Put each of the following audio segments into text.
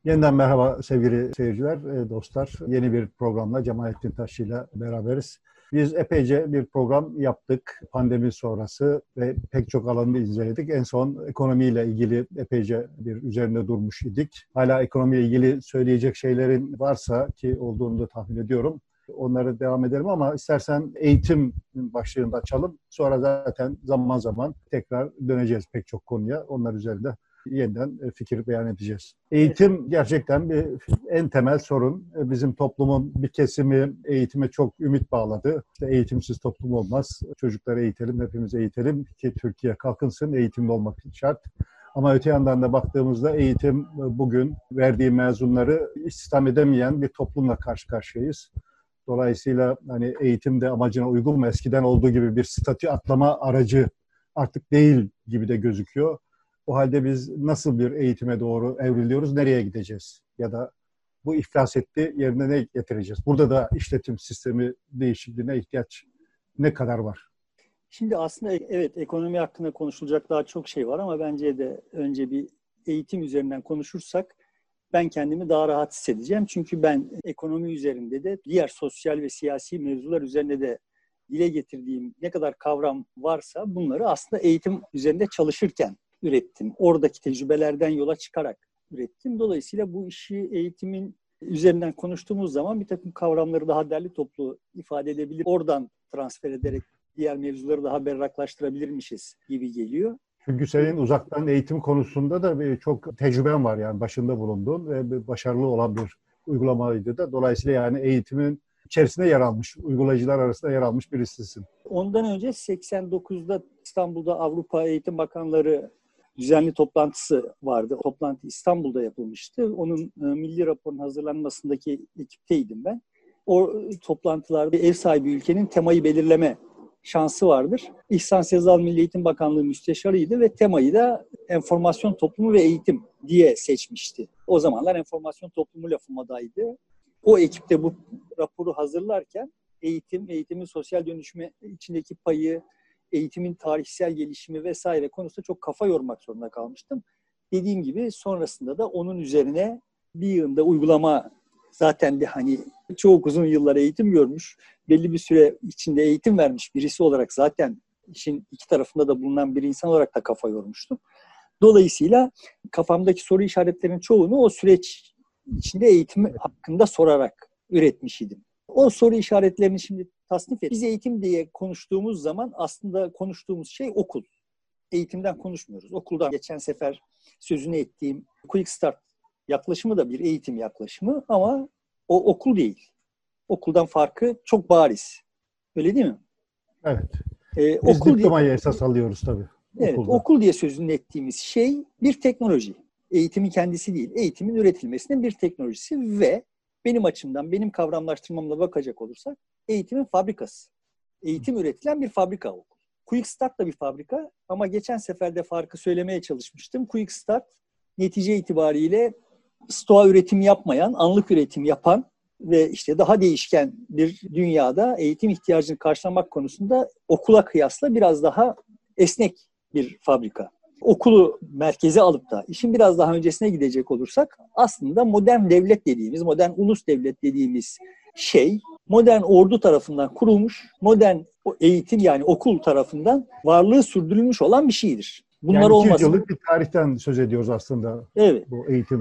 Yeniden merhaba sevgili seyirciler, dostlar. Yeni bir programla Cemalettin Taşçı ile beraberiz. Biz epeyce bir program yaptık pandemi sonrası ve pek çok alanını inceledik. En son ekonomiyle ilgili epeyce bir üzerinde durmuş idik. Hala ekonomiyle ilgili söyleyecek şeylerin varsa ki olduğunu da tahmin ediyorum. Onları devam edelim ama istersen eğitim başlığında açalım. Sonra zaten zaman zaman tekrar döneceğiz pek çok konuya. Onlar üzerinde yeniden fikir beyan edeceğiz. Eğitim gerçekten en temel sorun. Bizim toplumun bir kesimi eğitime çok ümit bağladı. İşte eğitimsiz toplum olmaz. Çocukları eğitelim, hepimiz eğitelim ki Türkiye kalkınsın, eğitimli olmak şart. Ama öte yandan da baktığımızda eğitim bugün verdiği mezunları istihdam edemeyen bir toplumla karşı karşıyayız. Dolayısıyla hani eğitim de amacına uygun mu? Eskiden olduğu gibi bir statü atlama aracı artık değil gibi de gözüküyor. O halde biz nasıl bir eğitime doğru evriliyoruz, nereye gideceğiz? Ya da bu iflas etti, yerine ne getireceğiz? Burada da işletim sistemi değişikliğine ihtiyaç ne kadar var? Şimdi aslında evet ekonomi hakkında konuşulacak daha çok şey var ama bence de önce bir eğitim üzerinden konuşursak ben kendimi daha rahat hissedeceğim. Çünkü ben ekonomi üzerinde de diğer sosyal ve siyasi mevzular üzerinde de dile getirdiğim ne kadar kavram varsa bunları aslında eğitim üzerinde çalışırken ürettim. Oradaki tecrübelerden yola çıkarak ürettim. Dolayısıyla bu işi eğitimin üzerinden konuştuğumuz zaman bir takım kavramları daha derli toplu ifade edebilir. Oradan transfer ederek diğer mevzuları daha berraklaştırabilirmişiz gibi geliyor. Çünkü senin uzaktan eğitim konusunda da çok tecrüben var yani başında bulunduğun ve başarılı olan bir uygulamaydı da. Dolayısıyla yani eğitimin içerisinde yer almış, uygulayıcılar arasında yer almış birisisin. Ondan önce 89'da İstanbul'da Avrupa Eğitim Bakanları düzenli toplantısı vardı. Toplantı İstanbul'da yapılmıştı. Onun milli raporun hazırlanmasındaki ekipteydim ben. O toplantılarda ev sahibi ülkenin temayı belirleme şansı vardır. İhsan Sezal Milli Eğitim Bakanlığı müsteşarıydı ve temayı da enformasyon toplumu ve eğitim diye seçmişti. O zamanlar enformasyon toplumu lafı modaydı. O ekipte bu raporu hazırlarken eğitimin sosyal dönüşümü içindeki payı, eğitimin tarihsel gelişimi vesaire konusunda çok kafa yormak zorunda kalmıştım. Dediğim gibi sonrasında da onun üzerine bir yığında uygulama zaten de hani çok uzun yıllar eğitim görmüş, belli bir süre içinde eğitim vermiş birisi olarak zaten işin iki tarafında da bulunan bir insan olarak da kafa yormuştum. Dolayısıyla kafamdaki soru işaretlerinin çoğunu o süreç içinde eğitim hakkında sorarak üretmiş idim. O soru işaretlerini şimdi tasnif et. Biz eğitim diye konuştuğumuz zaman aslında konuştuğumuz şey okul. Eğitimden konuşmuyoruz. Okuldan geçen sefer sözünü ettiğim Quick Start yaklaşımı da bir eğitim yaklaşımı ama o okul değil. Okuldan farkı çok bariz. Öyle değil mi? Evet. Biz okul diplomayı esas alıyoruz tabii. Evet, okul diye sözünü ettiğimiz şey bir teknoloji. Eğitimin kendisi değil, eğitimin üretilmesinin bir teknolojisi ve benim açımdan, benim kavramlaştırmamla bakacak olursak eğitimin fabrikası. Eğitim üretilen bir fabrika okul. Quick Start da bir fabrika ama geçen sefer de farkı söylemeye çalışmıştım. Quick Start netice itibariyle stoğa üretim yapmayan, anlık üretim yapan ve işte daha değişken bir dünyada eğitim ihtiyacını karşılamak konusunda okula kıyasla biraz daha esnek bir fabrika. Okulu merkeze alıp da işin biraz daha öncesine gidecek olursak aslında modern devlet dediğimiz, modern ulus devlet dediğimiz şey modern ordu tarafından kurulmuş, modern eğitim yani okul tarafından varlığı sürdürülmüş olan bir şeydir. Bunlar yani 200 yıllık bir tarihten söz ediyoruz aslında. Evet. Bu eğitim.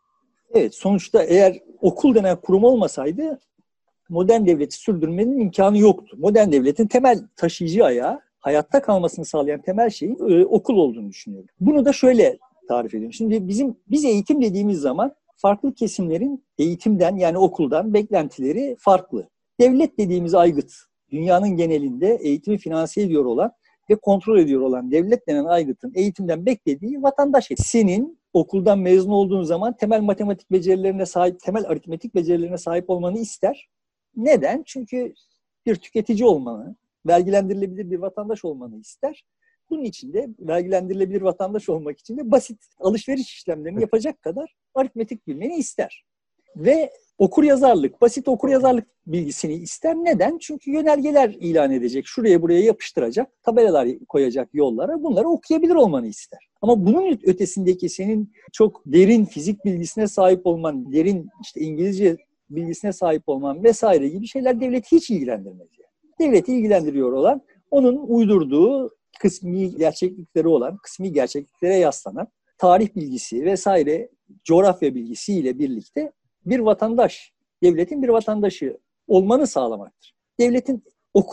Evet, sonuçta eğer okul denen kurum olmasaydı modern devleti sürdürmenin imkanı yoktu. Modern devletin temel taşıyıcı ayağı, hayatta kalmasını sağlayan temel şeyin okul olduğunu düşünüyorum. Bunu da şöyle tarif ediyorum. Şimdi biz eğitim dediğimiz zaman farklı kesimlerin eğitimden yani okuldan beklentileri farklı. Devlet dediğimiz aygıt, dünyanın genelinde eğitimi finanse ediyor olan ve kontrol ediyor olan devlet denen aygıtın eğitimden beklediği vatandaş. Senin okuldan mezun olduğun zaman temel matematik becerilerine sahip, temel aritmetik becerilerine sahip olmanı ister. Neden? Çünkü bir tüketici olmanı, vergilendirilebilir bir vatandaş olmanı ister. Bunun için de vergilendirilebilir vatandaş olmak için de basit alışveriş işlemlerini yapacak kadar aritmetik bilmeni ister. ve okuryazarlık, basit okuryazarlık bilgisini ister. Neden? Çünkü yönergeler ilan edecek, şuraya buraya yapıştıracak, tabelalar koyacak yollara, bunları okuyabilir olmanı ister. Ama bunun ötesindeki senin çok derin fizik bilgisine sahip olman, derin işte İngilizce bilgisine sahip olman vesaire gibi şeyler devleti hiç ilgilendirmez. Yani. Devleti ilgilendiriyor olan, onun uydurduğu kısmi gerçeklikleri olan, kısmi gerçekliklere yaslanan tarih bilgisi vesaire, coğrafya bilgisiyle birlikte bir vatandaş, devletin bir vatandaşı olmanı sağlamaktır. Devletin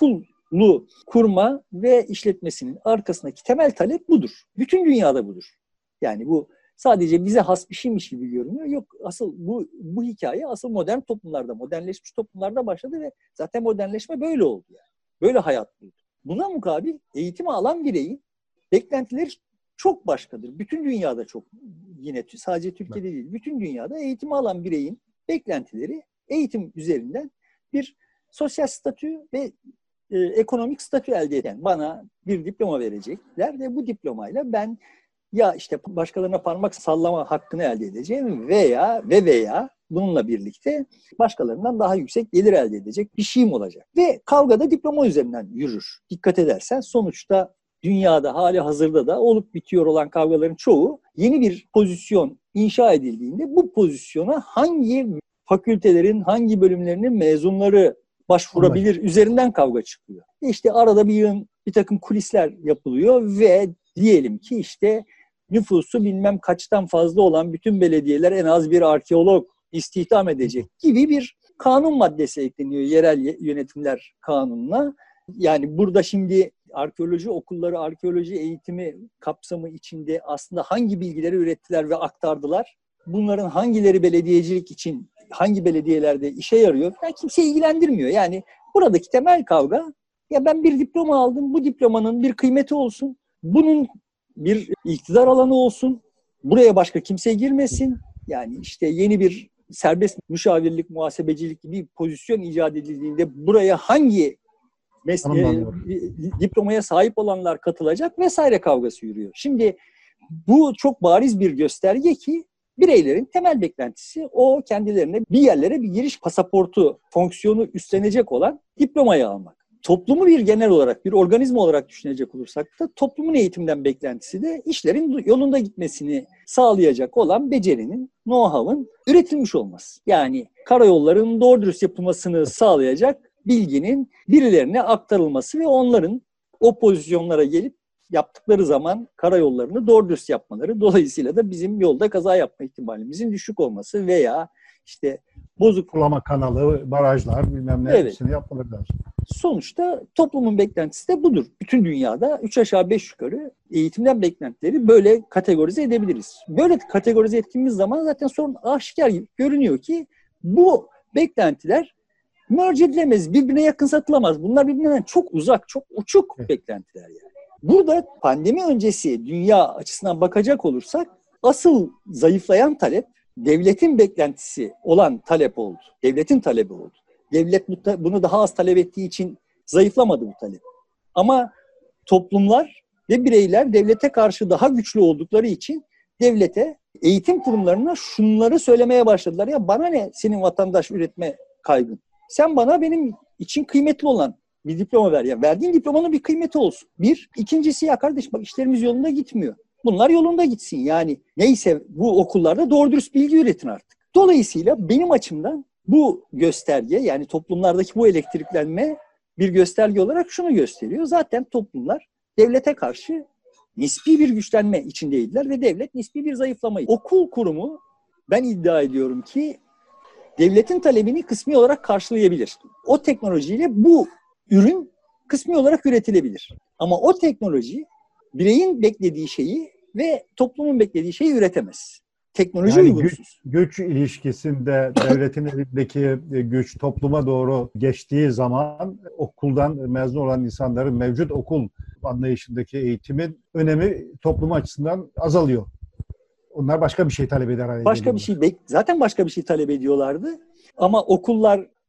okulu kurma ve işletmesinin arkasındaki temel talep budur. Bütün dünyada budur. Yani bu sadece bize has bir şeymiş gibi görünüyor. Yok, asıl bu hikaye asıl modern toplumlarda, modernleşmiş toplumlarda başladı ve zaten modernleşme böyle oldu yani. Böyle hayat buldu. Buna mukabil eğitimi alan bireyin beklentileri çok başkadır. Bütün dünyada çok, yine sadece Türkiye'de değil, bütün dünyada eğitimi alan bireyin beklentileri eğitim üzerinden bir sosyal statü ve ekonomik statü elde eden, bana bir diploma verecekler ve bu diplomayla ben ya işte başkalarına parmak sallama hakkını elde edeceğim veya bununla birlikte başkalarından daha yüksek gelir elde edecek bir şeyim olacak. Ve kavga da diploma üzerinden yürür. Dikkat edersen sonuçta dünyada hali hazırda da olup bitiyor olan kavgaların çoğu yeni bir pozisyon inşa edildiğinde bu pozisyona hangi fakültelerin, hangi bölümlerinin mezunları başvurabilir üzerinden kavga çıkıyor. İşte arada bir takım kulisler yapılıyor ve diyelim ki işte nüfusu bilmem kaçtan fazla olan bütün belediyeler en az bir arkeolog istihdam edecek gibi bir kanun maddesi ekleniyor yerel yönetimler kanununa. Yani burada şimdi arkeoloji okulları, arkeoloji eğitimi kapsamı içinde aslında hangi bilgileri ürettiler ve aktardılar? Bunların hangileri belediyecilik için, hangi belediyelerde işe yarıyor? Yani kimseyi ilgilendirmiyor. Yani buradaki temel kavga, ya ben bir diploma aldım, bu diplomanın bir kıymeti olsun, bunun bir iktidar alanı olsun, buraya başka kimse girmesin. Yani işte yeni bir serbest müşavirlik, muhasebecilik gibi bir pozisyon icat edildiğinde buraya hangi diplomaya sahip olanlar katılacak vesaire kavgası yürüyor. Şimdi bu çok bariz bir gösterge ki bireylerin temel beklentisi o kendilerine bir yerlere bir giriş pasaportu fonksiyonu üstlenecek olan diplomayı almak. Toplumu bir genel olarak, bir organizma olarak düşünecek olursak da toplumun eğitimden beklentisi de işlerin yolunda gitmesini sağlayacak olan becerinin, know-how'ın üretilmiş olması. Yani karayollarının doğru dürüst yapılmasını sağlayacak bilginin birilerine aktarılması ve onların o pozisyonlara gelip yaptıkları zaman karayollarını doğru dürüst yapmaları, dolayısıyla da bizim yolda kaza yapma ihtimalimizin düşük olması veya işte bozuk sulama kanalı, barajlar bilmem ne hepsini yapmaları lazım. Sonuçta toplumun beklentisi de budur. Bütün dünyada 3 aşağı 5 yukarı eğitimden beklentileri böyle kategorize edebiliriz. Böyle kategorize ettiğimiz zaman zaten sorun aşikar görünüyor ki bu beklentiler merge edilemez, birbirine yakın satılamaz. Bunlar birbirinden çok uzak, çok uçuk beklentiler yani. Burada pandemi öncesi dünya açısından bakacak olursak asıl zayıflayan talep devletin beklentisi olan talep oldu. Devletin talebi oldu. Devlet bunu daha az talep ettiği için zayıflamadı bu talep. Ama toplumlar ve bireyler devlete karşı daha güçlü oldukları için devlete, eğitim kurumlarına şunları söylemeye başladılar. Ya bana ne senin vatandaş üretme kaygın? Sen bana benim için kıymetli olan bir diploma ver. Yani verdiğin diplomanın bir kıymeti olsun. Bir. İkincisi ya kardeş bak işlerimiz yolunda gitmiyor. Bunlar yolunda gitsin. Yani neyse bu okullarda doğru dürüst bilgi üretin artık. Dolayısıyla benim açımdan bu gösterge, yani toplumlardaki bu elektriklenme bir gösterge olarak şunu gösteriyor. Zaten toplumlar devlete karşı nispi bir güçlenme içindeydiler ve devlet nispi bir zayıflamayı. Okul kurumu ben iddia ediyorum ki devletin talebini kısmi olarak karşılayabilir. O teknolojiyle bu ürün kısmi olarak üretilebilir. Ama o teknoloji bireyin beklediği şeyi ve toplumun beklediği şeyi üretemez. Teknoloji yani uygunsuz. Güç ilişkisinde devletin elindeki güç topluma doğru geçtiği zaman okuldan mezun olan insanların mevcut okul anlayışındaki eğitimin önemi toplum açısından azalıyor. Onlar başka bir şey talep eder. Zaten başka bir şey talep ediyorlardı. Ama okullar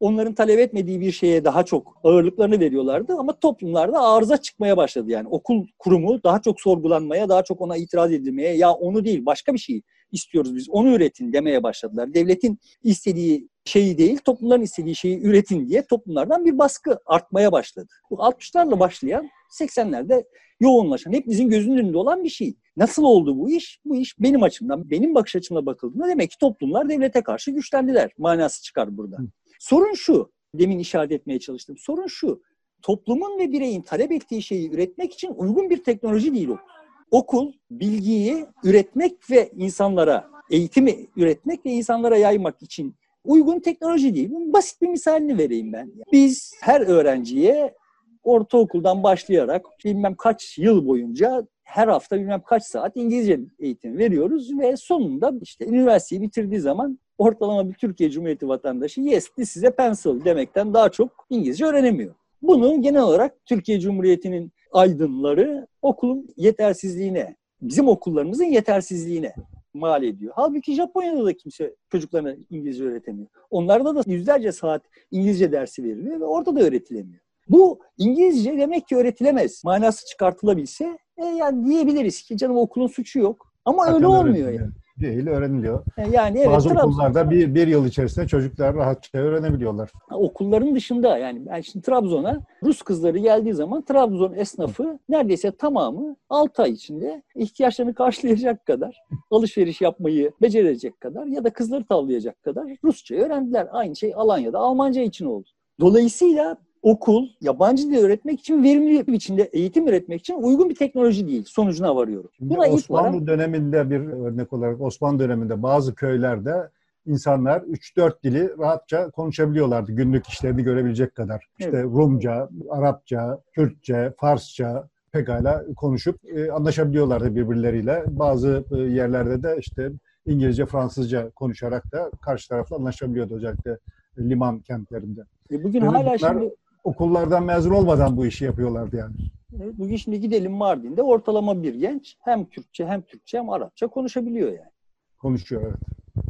onların talep etmediği bir şeye daha çok ağırlıklarını veriyorlardı ama toplumlarda arıza çıkmaya başladı yani. Okul kurumu daha çok sorgulanmaya, daha çok ona itiraz edilmeye, ya onu değil başka bir şey istiyoruz biz, onu üretin demeye başladılar. Devletin istediği şeyi değil, toplumların istediği şeyi üretin diye toplumlardan bir baskı artmaya başladı. Bu 60'larla başlayan, 80'lerde yoğunlaşan, hepimizin gözünün önünde olan bir şey. Nasıl oldu bu iş? Bu iş benim açımdan, benim bakış açımla bakıldığında demek ki toplumlar devlete karşı güçlendiler. Manası çıkar burada. Sorun şu, demin işaret etmeye çalıştım. Sorun şu, toplumun ve bireyin talep ettiği şeyi üretmek için uygun bir teknoloji değil o. Okul, bilgiyi üretmek ve insanlara, eğitimi üretmek ve insanlara yaymak için uygun teknoloji değil. Bunun basit bir misalini vereyim ben. Biz her öğrenciye ortaokuldan başlayarak bilmem kaç yıl boyunca her hafta bilmem kaç saat İngilizce eğitim veriyoruz ve sonunda işte üniversiteyi bitirdiği zaman ortalama bir Türkiye Cumhuriyeti vatandaşı yes this is a pencil demekten daha çok İngilizce öğrenemiyor. Bunu genel olarak Türkiye Cumhuriyeti'nin aydınları okulun yetersizliğine, bizim okullarımızın yetersizliğine mal ediyor. Halbuki Japonya'da da kimse çocuklarına İngilizce öğretemiyor. Onlarda da yüzlerce saat İngilizce dersi veriliyor ve orada da öğretilemiyor. Bu İngilizce demek ki öğretilemez. Manası çıkartılabilse yani diyebiliriz ki canım okulun suçu yok. Ama öyle olmuyor yani. Değil, öğreniliyor. Yani evet, bazı okullarda bir yıl içerisinde çocuklar rahatça öğrenebiliyorlar. Okulların dışında yani ben şimdi Trabzon'a Rus kızları geldiği zaman Trabzon esnafı neredeyse tamamı 6 ay içinde ihtiyaçlarını karşılayacak kadar, alışveriş yapmayı becerecek kadar ya da kızları tavlayacak kadar Rusça öğrendiler. Aynı şey Alanya'da Almanca için oldu. Dolayısıyla okul yabancı dil öğretmek için, verimli bir biçimde eğitim üretmek için uygun bir teknoloji değil. Sonucuna varıyorum. Buna Osmanlı döneminde bir örnek olarak Osmanlı döneminde bazı köylerde insanlar 3-4 dili rahatça konuşabiliyorlardı. Günlük işlerini görebilecek kadar. İşte evet. Rumca, Arapça, Türkçe, Farsça pekala konuşup anlaşabiliyorlardı birbirleriyle. Bazı yerlerde de işte İngilizce, Fransızca konuşarak da karşı tarafla anlaşabiliyordu özellikle liman kentlerinde. Bugün hala şimdi okullardan mezun olmadan bu işi yapıyorlardı yani. Bugün şimdi gidelim Mardin'de ortalama bir genç hem Türkçe hem Arapça konuşabiliyor yani. Konuşuyor evet.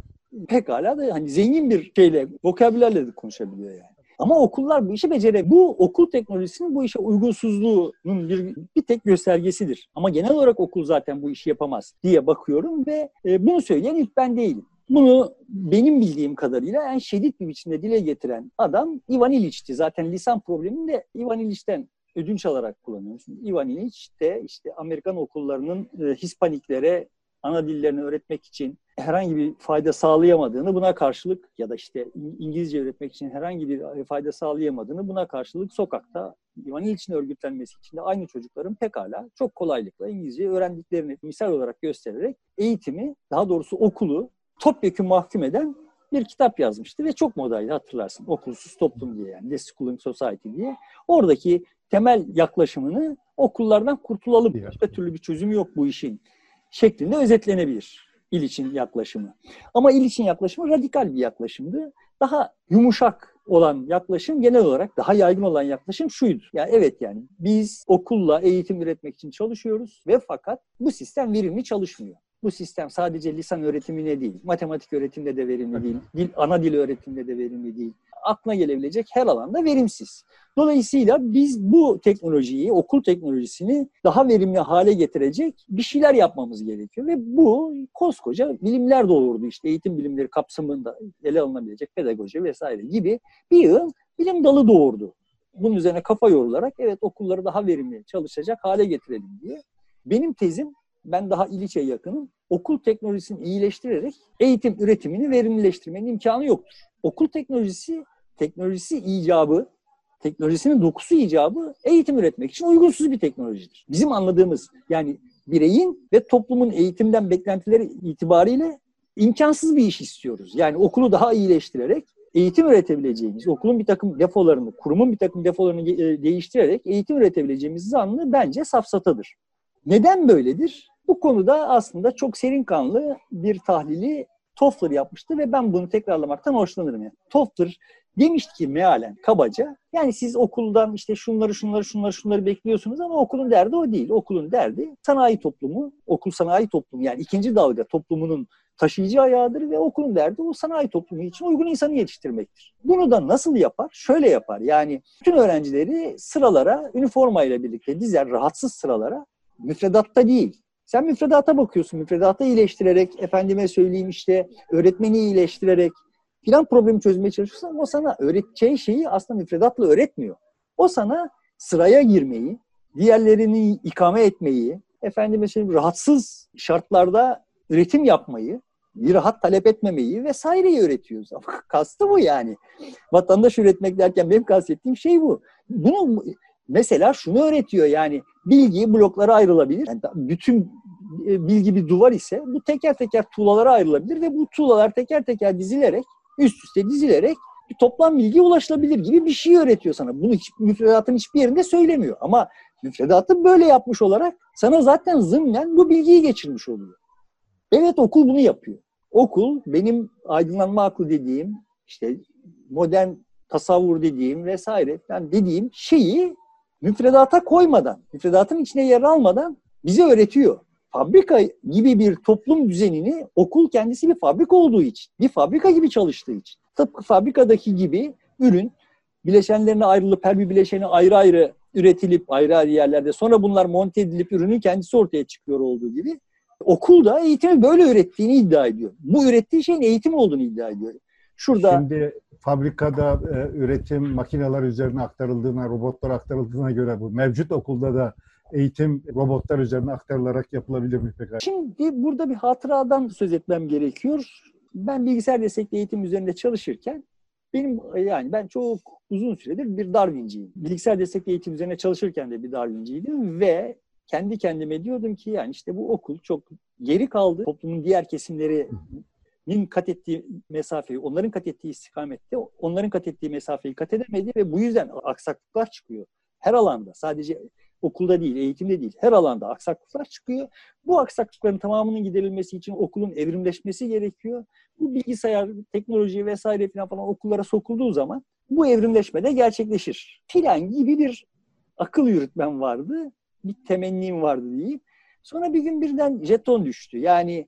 Pekala da hani zengin bir şeyle, vokabülerle de konuşabiliyor yani. Ama okullar bu işi beceremiyor. Bu okul teknolojisinin bu işe uygunsuzluğunun bir tek göstergesidir. Ama genel olarak okul zaten bu işi yapamaz diye bakıyorum ve bunu söyleyen ilk ben değilim. Bunu benim bildiğim kadarıyla en şiddet bir biçimde dile getiren adam Ivan İliç'ti. Zaten lisan problemini de Ivan İliç'ten ödünç alarak kullanıyoruz. Ivan İliç de işte Amerikan okullarının Hispaniklere ana dillerini öğretmek için herhangi bir fayda sağlayamadığını, buna karşılık ya da işte İngilizce öğretmek için herhangi bir fayda sağlayamadığını, buna karşılık sokakta Ivan İliç'in örgütlenmesi için de aynı çocukların pekala çok kolaylıkla İngilizce öğrendiklerini misal olarak göstererek eğitimi, daha doğrusu okulu topyekun mahkum eden bir kitap yazmıştı ve çok modaydı hatırlarsın. Okulsuz Toplum diye yani Deschooling Society diye. Oradaki temel yaklaşımını okullardan kurtulalım. Başka türlü bir çözüm yok bu işin şeklinde özetlenebilir İliç'in yaklaşımı. Ama İliç'in yaklaşımı radikal bir yaklaşımdı. Daha yumuşak olan yaklaşım, genel olarak daha yaygın olan yaklaşım şuydu. Yani evet yani biz okulla eğitim üretmek için çalışıyoruz ve fakat bu sistem verimli çalışmıyor. Bu sistem sadece lisan öğretimine değil, matematik öğretimde de verimli değil, ana dil öğretiminde de verimli değil. Aklına gelebilecek her alanda verimsiz. Dolayısıyla biz bu teknolojiyi, okul teknolojisini daha verimli hale getirecek bir şeyler yapmamız gerekiyor. Ve bu koskoca bilimler doğurdu. İşte eğitim bilimleri kapsamında ele alınabilecek pedagoji vesaire gibi bir yığın bilim dalı doğurdu. Bunun üzerine kafa yorularak evet okulları daha verimli çalışacak hale getirelim diye. Benim tezim, ben daha İliç'e yakınım, okul teknolojisini iyileştirerek eğitim üretimini verimlileştirmenin imkanı yoktur. Okul teknolojisi icabı, teknolojisinin dokusu icabı eğitim üretmek için uygunsuz bir teknolojidir. Bizim anladığımız yani bireyin ve toplumun eğitimden beklentileri itibariyle imkansız bir iş istiyoruz. Yani okulu daha iyileştirerek eğitim üretebileceğimiz, okulun bir takım defolarını, kurumun bir takım defolarını değiştirerek eğitim üretebileceğimiz zannı bence safsatadır. Neden böyledir? Bu konuda aslında çok serin kanlı bir tahlili Toffler yapmıştı ve ben bunu tekrarlamaktan hoşlanırım. Yani Toffler demişti ki mealen, kabaca, yani siz okuldan işte şunları bekliyorsunuz ama okulun derdi o değil. Okulun derdi sanayi toplumu, okul sanayi toplumu yani ikinci dalga toplumunun taşıyıcı ayağıdır ve okulun derdi o sanayi toplumu için uygun insanı yetiştirmektir. Bunu da nasıl yapar? Şöyle yapar. Yani bütün öğrencileri sıralara, üniformayla birlikte dizer, rahatsız sıralara, müfredatta değil. Sen müfredata bakıyorsun, müfredatı iyileştirerek, efendime söyleyeyim işte öğretmeni iyileştirerek filan problemi çözmeye çalışıyorsun ama o sana öğreteceği şeyi aslında müfredatla öğretmiyor. O sana sıraya girmeyi, diğerlerini ikame etmeyi, efendime söyleyeyim rahatsız şartlarda üretim yapmayı, bir rahat talep etmemeyi vesaireyi öğretiyoruz. Kastı bu yani. Vatandaş üretmek derken benim kastettiğim şey bu. Bunu mesela şunu öğretiyor yani bilgi bloklara ayrılabilir. Yani bütün bilgi bir duvar ise bu teker teker tuğlalara ayrılabilir ve bu tuğlalar teker teker dizilerek, üst üste dizilerek bir toplam bilgiye ulaşılabilir gibi bir şey öğretiyor sana. Bunu müfredatın hiçbir yerinde söylemiyor. Ama müfredatı böyle yapmış olarak sana zaten zımnen bu bilgiyi geçirmiş oluyor. Evet, okul bunu yapıyor. Okul benim aydınlanma aklı dediğim, işte modern tasavvur dediğim vesaire yani dediğim şeyi müfredata koymadan, müfredatın içine yer almadan bize öğretiyor. Fabrika gibi bir toplum düzenini okul kendisi bir fabrika olduğu için, bir fabrika gibi çalıştığı için. Tıpkı fabrikadaki gibi ürün bileşenlerine ayrılıp her bir bileşeni ayrı ayrı üretilip ayrı ayrı yerlerde sonra bunlar monte edilip ürünün kendisi ortaya çıkıyor olduğu gibi okul da eğitimi böyle öğrettiğini iddia ediyor. Bu ürettiği şeyin eğitim olduğunu iddia ediyor. Şimdi fabrikada üretim makineler üzerine aktarıldığına, robotlara aktarıldığına göre bu mevcut okulda da eğitim robotlar üzerine aktarılarak yapılabilir mi peki? Şimdi burada bir hatıradan söz etmem gerekiyor. Ben bilgisayar destekli eğitim üzerinde çalışırken ben çok uzun süredir bir Darwin'ciyim. Bilgisayar destekli eğitim üzerine çalışırken de bir Darwin'ciydim ve kendi kendime diyordum ki yani işte bu okul çok geri kaldı. Toplumun diğer kesimlerinin kat ettiği mesafeyi, onların kat ettiği istikamette, onların kat ettiği mesafeyi kat edemedi ve bu yüzden aksaklıklar çıkıyor. Her alanda, sadece okulda değil, eğitimde değil, her alanda aksaklıklar çıkıyor. Bu aksaklıkların tamamının giderilmesi için okulun evrimleşmesi gerekiyor. Bu bilgisayar, teknoloji vesaire falan okullara sokulduğu zaman bu evrimleşme de gerçekleşir. Filan gibi bir akıl yürütmem vardı, bir temennim vardı diyeyim. Sonra bir gün birden jeton düştü. Yani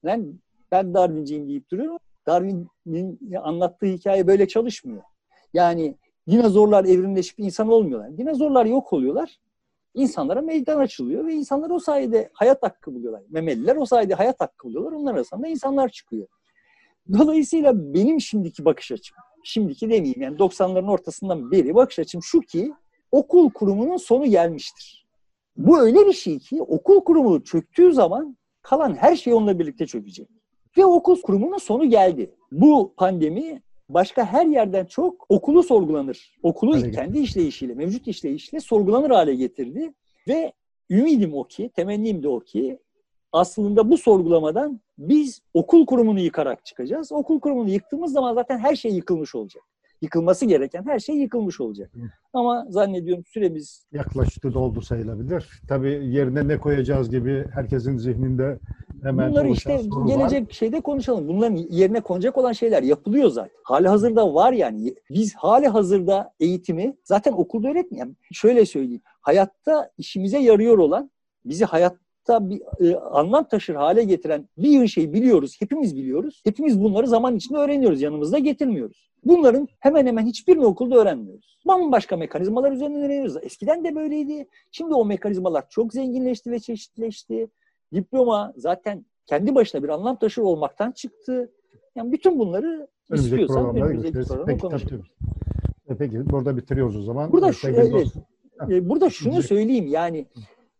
ben Darwin'ciyim deyip duruyorum. Darwin'in anlattığı hikaye böyle çalışmıyor. Yani dinozorlar evrimleşip insan olmuyorlar. Dinozorlar yok oluyorlar. İnsanlara meydan açılıyor ve insanlar o sayede hayat hakkı buluyorlar. Memeliler o sayede hayat hakkı buluyorlar. Onlar arasında insanlar çıkıyor. Dolayısıyla benim şimdiki bakış açım, şimdiki demeyeyim yani 90'ların ortasından beri bakış açım şu ki okul kurumunun sonu gelmiştir. Bu öyle bir şey ki okul kurumu çöktüğü zaman kalan her şey onunla birlikte çökecek. Ve okul kurumunun sonu geldi. Bu pandemi başka her yerden çok okulu sorgulanır. Okulu kendi işleyişiyle, mevcut işleyişiyle sorgulanır hale getirdi. Ve ümidim o ki, temennim de o ki aslında bu sorgulamadan biz okul kurumunu yıkarak çıkacağız. Okul kurumunu yıktığımız zaman zaten her şey yıkılmış olacak. Yıkılması gereken her şey yıkılmış olacak. Ama zannediyorum süremiz yaklaştı, doldu sayılabilir. Tabii yerine ne koyacağız gibi herkesin zihninde hemen bunları oluşan işte soru gelecek var. şeyde konuşalım. Bunların yerine konacak olan şeyler yapılıyor zaten. Hali hazırda var yani. Biz hali hazırda eğitimi zaten okulda öğretmiyor. Şöyle söyleyeyim. Hayatta işimize yarıyor olan, bizi hayatta bir anlam taşır hale getiren bir şey biliyoruz. Hepimiz biliyoruz. Hepimiz bunları zaman içinde öğreniyoruz. Yanımızda getirmiyoruz. Bunların hemen hemen hiçbirini okulda öğrenmiyoruz. Bambaşka mekanizmalar üzerinden öğreniyoruz. Eskiden de böyleydi. Şimdi o mekanizmalar çok zenginleşti ve çeşitleşti. Diploma zaten kendi başına bir anlam taşır olmaktan çıktı. Yani bütün bunları istiyorsan önümüzdeki programda konuşuruz. Peki burada bitiriyoruz o zaman. Burada şunu söyleyeyim yani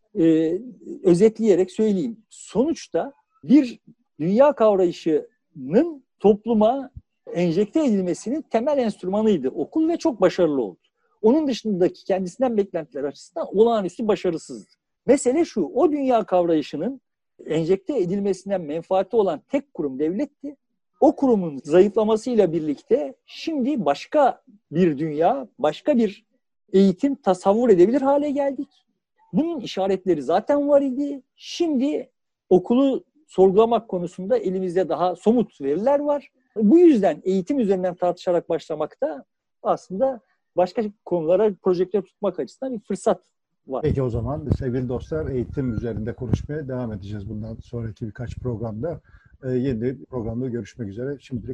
özetleyerek söyleyeyim. Sonuçta bir dünya kavrayışının topluma enjekte edilmesinin temel enstrümanıydı okul ve çok başarılı oldu. Onun dışındaki kendisinden beklentiler açısından olağanüstü başarısızdı. Mesele şu, o dünya kavrayışının enjekte edilmesinden menfaati olan tek kurum devletti. O kurumun zayıflamasıyla birlikte şimdi başka bir dünya, başka bir eğitim tasavvur edebilir hale geldik. Bunun işaretleri zaten var idi. Şimdi okulu sorgulamak konusunda elimizde daha somut veriler var. Bu yüzden eğitim üzerinden tartışarak başlamakta aslında başka konulara projektör tutmak açısından bir fırsat var. Peki o zaman sevgili dostlar eğitim üzerinde konuşmaya devam edeceğiz bundan sonraki birkaç programda. Yeni bir programda görüşmek üzere. Şimdilik